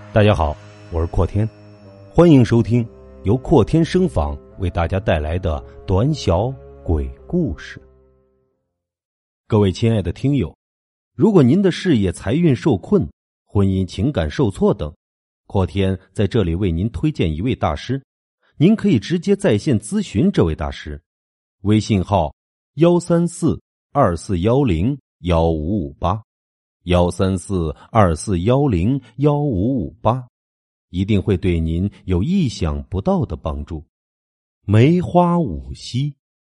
大家好，我是阔天，欢迎收听由阔天声坊为大家带来的短小鬼故事。各位亲爱的听友，如果您的事业财运受困，婚姻情感受挫等，阔天在这里为您推荐一位大师，您可以直接在线咨询这位大师，微信号13424101558，13424101558，一定会对您有意想不到的帮助。梅花舞溪。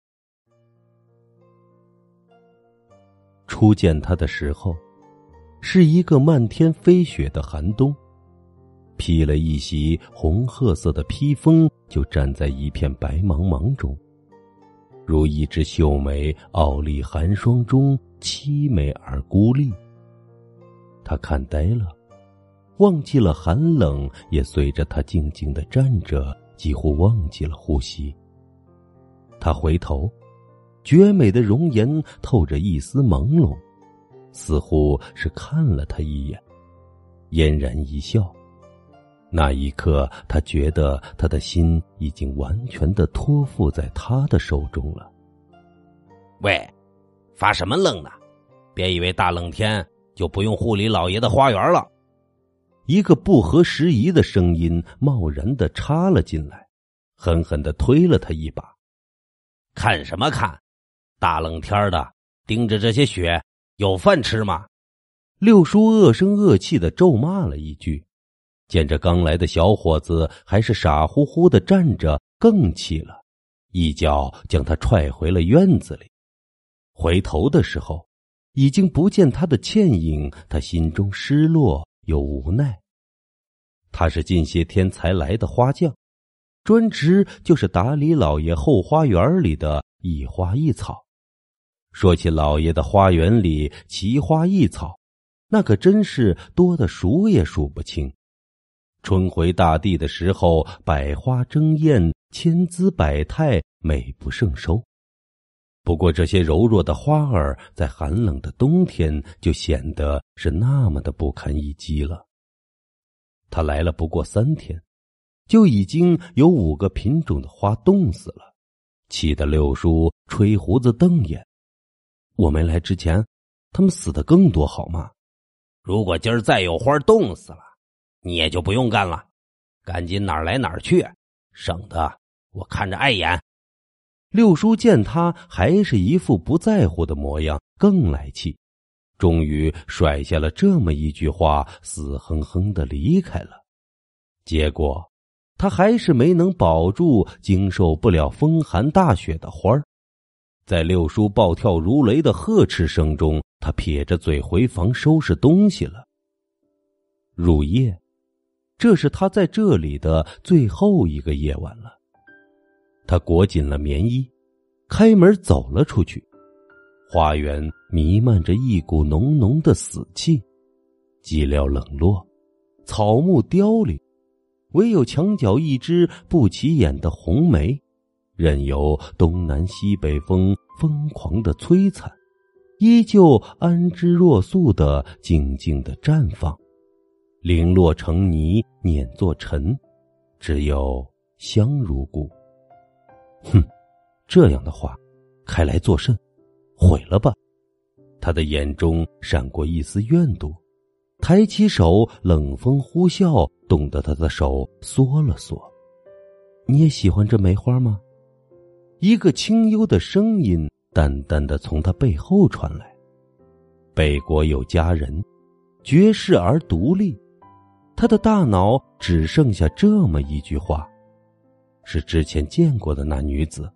初见他的时候，是一个漫天飞雪的寒冬，披了一袭红褐色的披风，就站在一片白茫茫中，如一只秀梅傲立寒霜中，凄美而孤立。他看呆了，忘记了寒冷，也随着他静静地站着，几乎忘记了呼吸。他回头，绝美的容颜透着一丝朦胧，似乎是看了他一眼，嫣然一笑。那一刻，他觉得他的心已经完全地托付在他的手中了。 喂，发什么愣呢？别以为大冷天就不用护理老爷的花园了。 一个不合时宜的声音贸然地插了进来，狠狠地推了他一把。 看什么看？大冷天的，盯着这些雪，有饭吃吗？ 六叔恶声恶气地咒骂了一句，见这刚来的小伙子还是傻乎乎地站着，更气了，一脚将他踹回了院子里。回头的时候，已经不见他的倩影，他心中失落又无奈。他是近些天才来的花匠，专职就是打理老爷后花园里的一花一草。说起老爷的花园里奇花异草，那可真是多得数也数不清。春回大地的时候，百花争艳，千姿百态，美不胜收。不过这些柔弱的花儿在寒冷的冬天就显得是那么的不堪一击了。他来了不过3天，就已经有5个品种的花冻死了，气得六叔吹胡子瞪眼。我没来之前，他们死得更多好吗？ 如果今儿再有花冻死了，你也就不用干了，赶紧哪儿来哪儿去，省得我看着碍眼。 六叔见他还是一副不在乎的模样，更来气，终于甩下了这么一句话，死哼哼地离开了。结果他还是没能保住经受不了风寒大雪的花儿。在六叔暴跳如雷的呵斥声中，他撇着嘴回房收拾东西了。入夜，这是他在这里的最后一个夜晚了。他裹紧了棉衣，开门走了出去。花园弥漫着一股浓浓的死气，寂寥冷落，草木凋零，唯有墙角一只不起眼的红梅，任由东南西北风疯狂的摧残，依旧安之若素的静静的绽放，零落成泥，碾作尘，只有香如故。哼，这样的话，开来作甚？毁了吧。他的眼中闪过一丝怨毒，抬起手，冷风呼啸，冻得他的手缩了缩。你也喜欢这梅花吗？一个清幽的声音淡淡的从他背后传来。北国有佳人，绝世而独立。他的大脑只剩下这么一句话，是之前见过的那女子。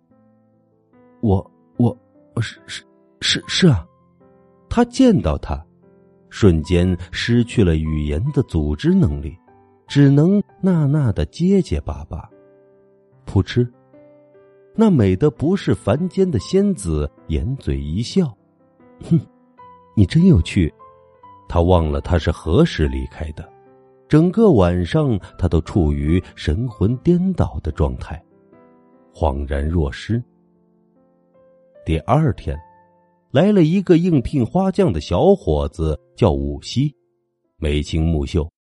是啊。他见到她，瞬间失去了语言的组织能力，只能呐呐的结结巴巴。扑哧，那美的不是凡间的仙子掩嘴一笑，哼，你真有趣。他忘了他是何时离开的，整个晚上他都处于神魂颠倒的状态，恍然若失。第2天，来了一个应聘花匠的小伙子，叫武西，眉清目秀，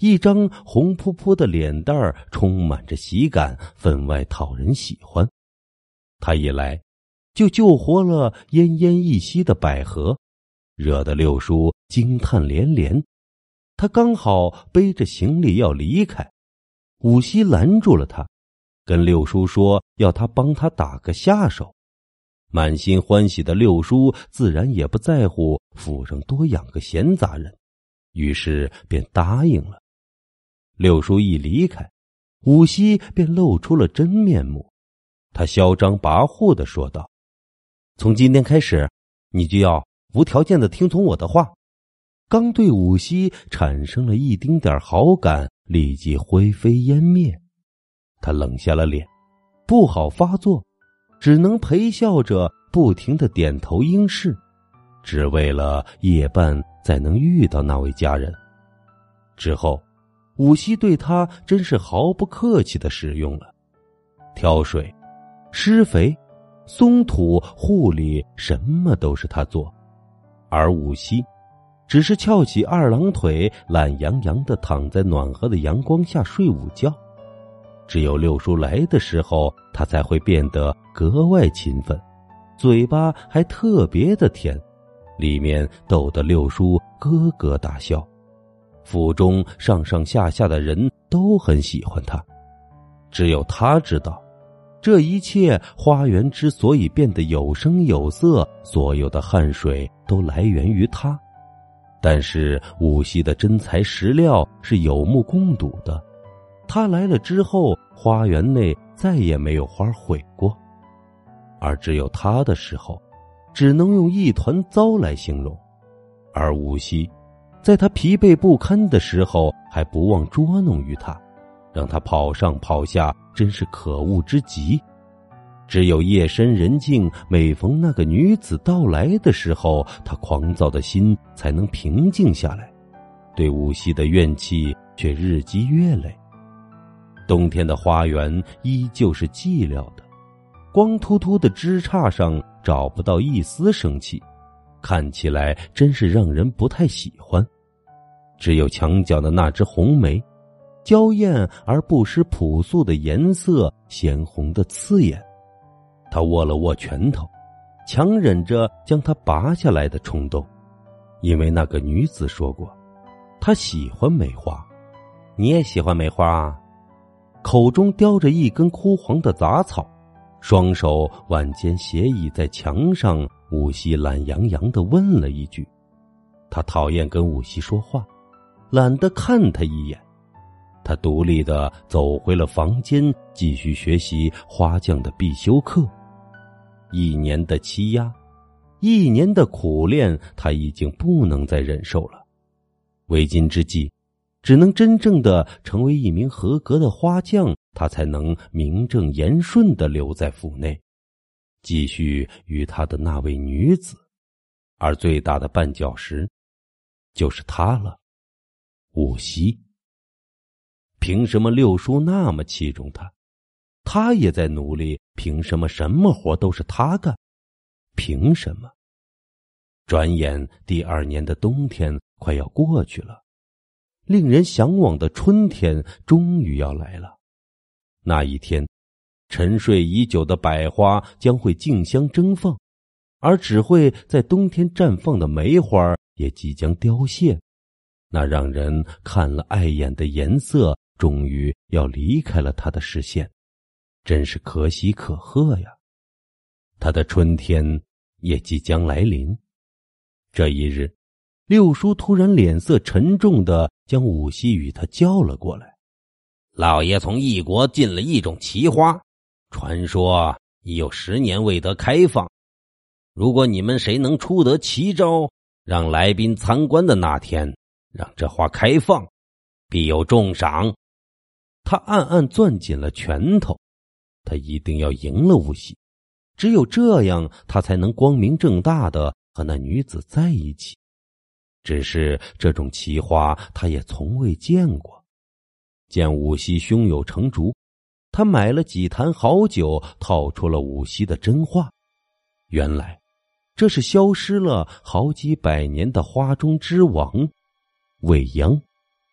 一张红扑扑的脸蛋儿充满着喜感，分外讨人喜欢。他一来就救活了奄奄一息的百合，惹得六叔惊叹连连。他刚好背着行李要离开，武西拦住了他，跟六叔说要他帮他打个下手。满心欢喜的六叔自然也不在乎府上多养个闲杂人，于是便答应了。六叔一离开，武西便露出了真面目。他嚣张跋扈地说道：“从今天开始，你就要无条件地听从我的话。”刚对武西产生了一丁点好感，立即灰飞烟灭。他冷下了脸，不好发作，只能陪笑着不停地点头应是，只为了夜半再能遇到那位佳人。之后武西对他真是毫不客气地使用了，挑水、施肥、松土、护理，什么都是他做，而武西只是翘起二郎腿，懒洋洋地躺在暖和的阳光下睡午觉。只有六叔来的时候，他才会变得格外勤奋，嘴巴还特别的甜，里面逗得六叔咯咯大笑。府中上上下下的人都很喜欢他，只有他知道，这一切花园之所以变得有声有色，所有的汗水都来源于他。但是武西的真材实料是有目共睹的，他来了之后，花园内再也没有花毁过，而只有他的时候，只能用一团糟来形容。而武西在他疲惫不堪的时候，还不忘捉弄于他，让他跑上跑下，真是可恶之极。只有夜深人静，每逢那个女子到来的时候，他狂躁的心才能平静下来，对武西的怨气却日积月累。冬天的花园依旧是寂寥的，光秃秃的枝杈上找不到一丝生气，看起来真是让人不太喜欢。只有墙角的那只红梅，娇艳而不失朴素的颜色，鲜红的刺眼。他握了握拳头，强忍着将它拔下来的冲动，因为那个女子说过，她喜欢梅花。你也喜欢梅花啊？口中叼着一根枯黄的杂草，双手挽肩斜倚在墙上，武西懒洋洋地问了一句。他讨厌跟武西说话，懒得看他一眼。他独立地走回了房间，继续学习花匠的必修课。1年的欺压，1年的苦练，他已经不能再忍受了。为今之计，只能真正的成为一名合格的花匠，他才能名正言顺地留在府内，继续与他的那位女子。而最大的绊脚石就是他了，武西。凭什么六叔那么器重他？他也在努力，凭什么什么活都是他干？凭什么？转眼第2年的冬天快要过去了，令人向往的春天终于要来了。那一天，沉睡已久的百花将会竞相争放，而只会在冬天绽放的梅花也即将凋谢。那让人看了碍眼的颜色终于要离开了他的视线，真是可喜可贺呀。他的春天也即将来临。这一日，六叔突然脸色沉重地将武西与他叫了过来。 老爷从异国进了一种奇花，传说已有10年未得开放。如果你们谁能出得奇招，让来宾参观的那天让这花开放，必有重赏。 他暗暗攥紧了拳头，他一定要赢了武西，只有这样他才能光明正大的和那女子在一起。只是这种奇花他也从未见过。见武西胸有成竹，他买了几坛好酒，套出了武西的真话。原来这是消失了好几百年的花中之王未央。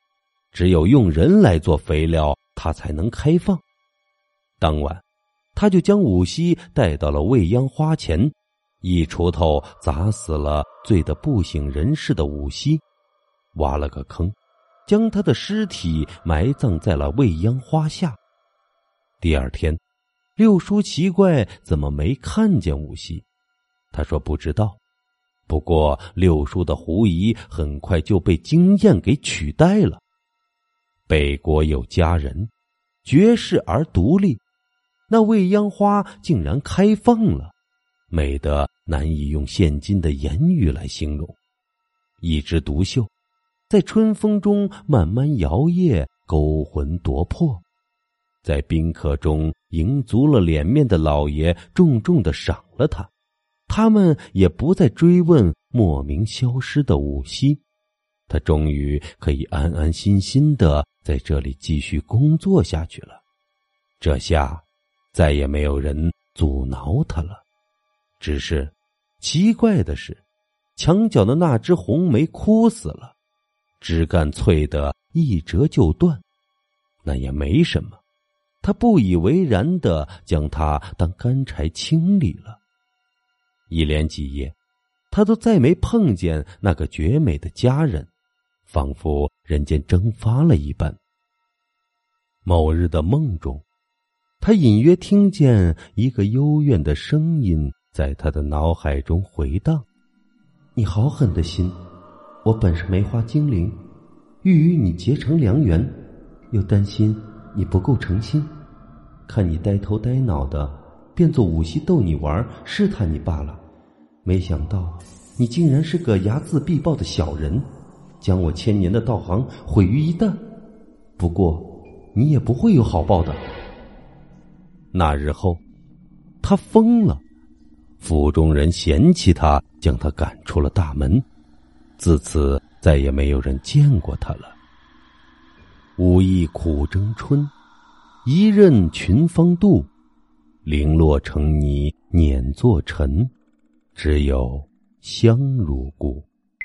只有用人来做肥料，它才能开放。当晚，他就将武西带到了未央花前，一锄头砸死了醉得不省人事的武西，挖了个坑，将他的尸体埋葬在了未央花下。第二天，六叔奇怪怎么没看见武西，他说不知道。不过六叔的狐疑很快就被经验给取代了。北国有佳人，绝世而独立，那未央花竟然开放了，美得难以用现今的言语来形容。一枝独秀，在春风中慢慢摇曳，勾魂夺魄。在宾客中迎足了脸面的老爷重重地赏了他，他们也不再追问莫名消失的武西，他终于可以安安心心地在这里继续工作下去了。这下再也没有人阻挠他了。只是奇怪的是，墙角的那只红梅枯死了，枝干脆得一折就断。那也没什么，他不以为然地将它当干柴清理了。一连几夜，他都再没碰见那个绝美的佳人，仿佛人间蒸发了一般。某日的梦中，他隐约听见一个幽怨的声音在他的脑海中回荡：你好狠的心，我本是梅花精灵，欲与你结成良缘，又担心你不够诚心，看你呆头呆脑的，便做武西逗你玩，试探你罢了。没想到你竟然是个睚眦必报的小人，将我1000年的道行毁于一旦。不过你也不会有好报的。那日后，他疯了，府中人嫌弃他，将他赶出了大门。自此再也没有人见过他了。无意苦争春，一任群芳妒，零落成泥碾作尘，只有香如故。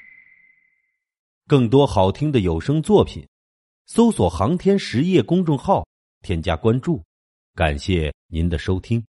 更多好听的有声作品，搜索航天实业公众号，添加关注。感谢您的收听。